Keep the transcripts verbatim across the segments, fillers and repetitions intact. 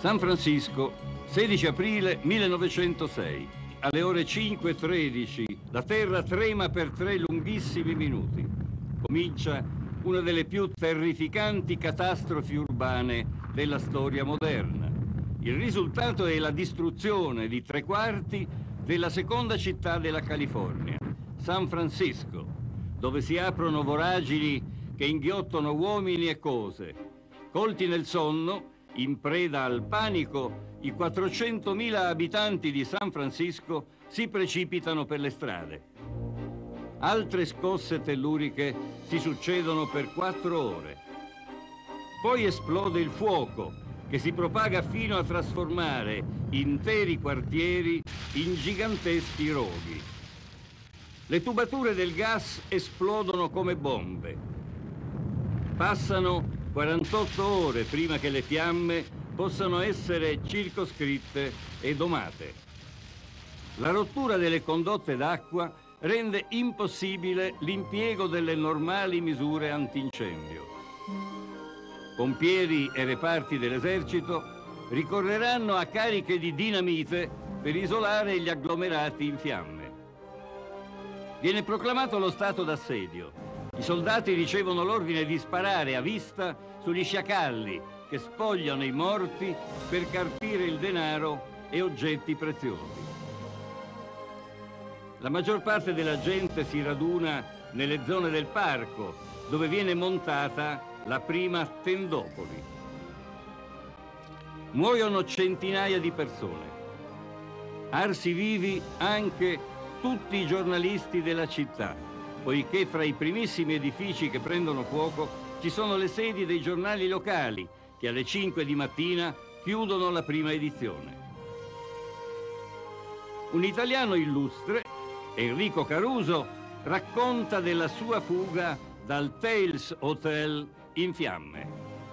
San Francisco, sedici aprile millenovecentosei. Alle ore cinque e tredici la terra trema per tre lunghissimi minuti. Comincia una delle più terrificanti catastrofi urbane della storia moderna. Il risultato è la distruzione di tre quarti della seconda città della California, San Francisco, dove si aprono voragini che inghiottono uomini e cose. Colti nel sonno, in preda al panico, i quattrocentomila abitanti di San Francisco si precipitano per le strade. Altre scosse telluriche si succedono per quattro ore. Poi esplode il fuoco, che si propaga fino a trasformare interi quartieri in giganteschi roghi. Le tubature del gas esplodono come bombe. Passano quarantotto ore prima che le fiamme possano essere circoscritte e domate. La rottura delle condotte d'acqua rende impossibile l'impiego delle normali misure antincendio. Pompieri e reparti dell'esercito ricorreranno a cariche di dinamite per isolare gli agglomerati in fiamme. Viene proclamato lo stato d'assedio. I soldati ricevono l'ordine di sparare a vista sugli sciacalli che spogliano i morti per carpire il denaro e oggetti preziosi. La maggior parte della gente si raduna nelle zone del parco, dove viene montata la prima tendopoli. Muoiono centinaia di persone. Arsi vivi anche tutti i giornalisti della città, poiché fra i primissimi edifici che prendono fuoco ci sono le sedi dei giornali locali che alle cinque di mattina chiudono la prima edizione. Un italiano illustre, Enrico Caruso, racconta della sua fuga dal Thales Hotel in fiamme.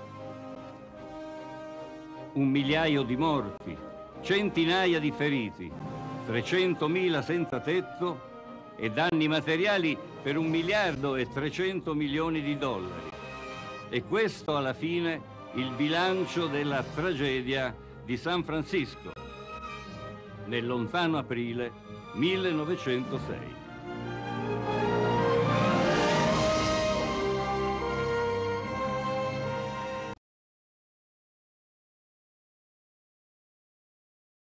Un migliaio di morti, centinaia di feriti, trecentomila senza tetto e danni materiali per un miliardo e trecento milioni di dollari. E questo alla fine il bilancio della tragedia di San Francisco nel lontano aprile millenovecentosei.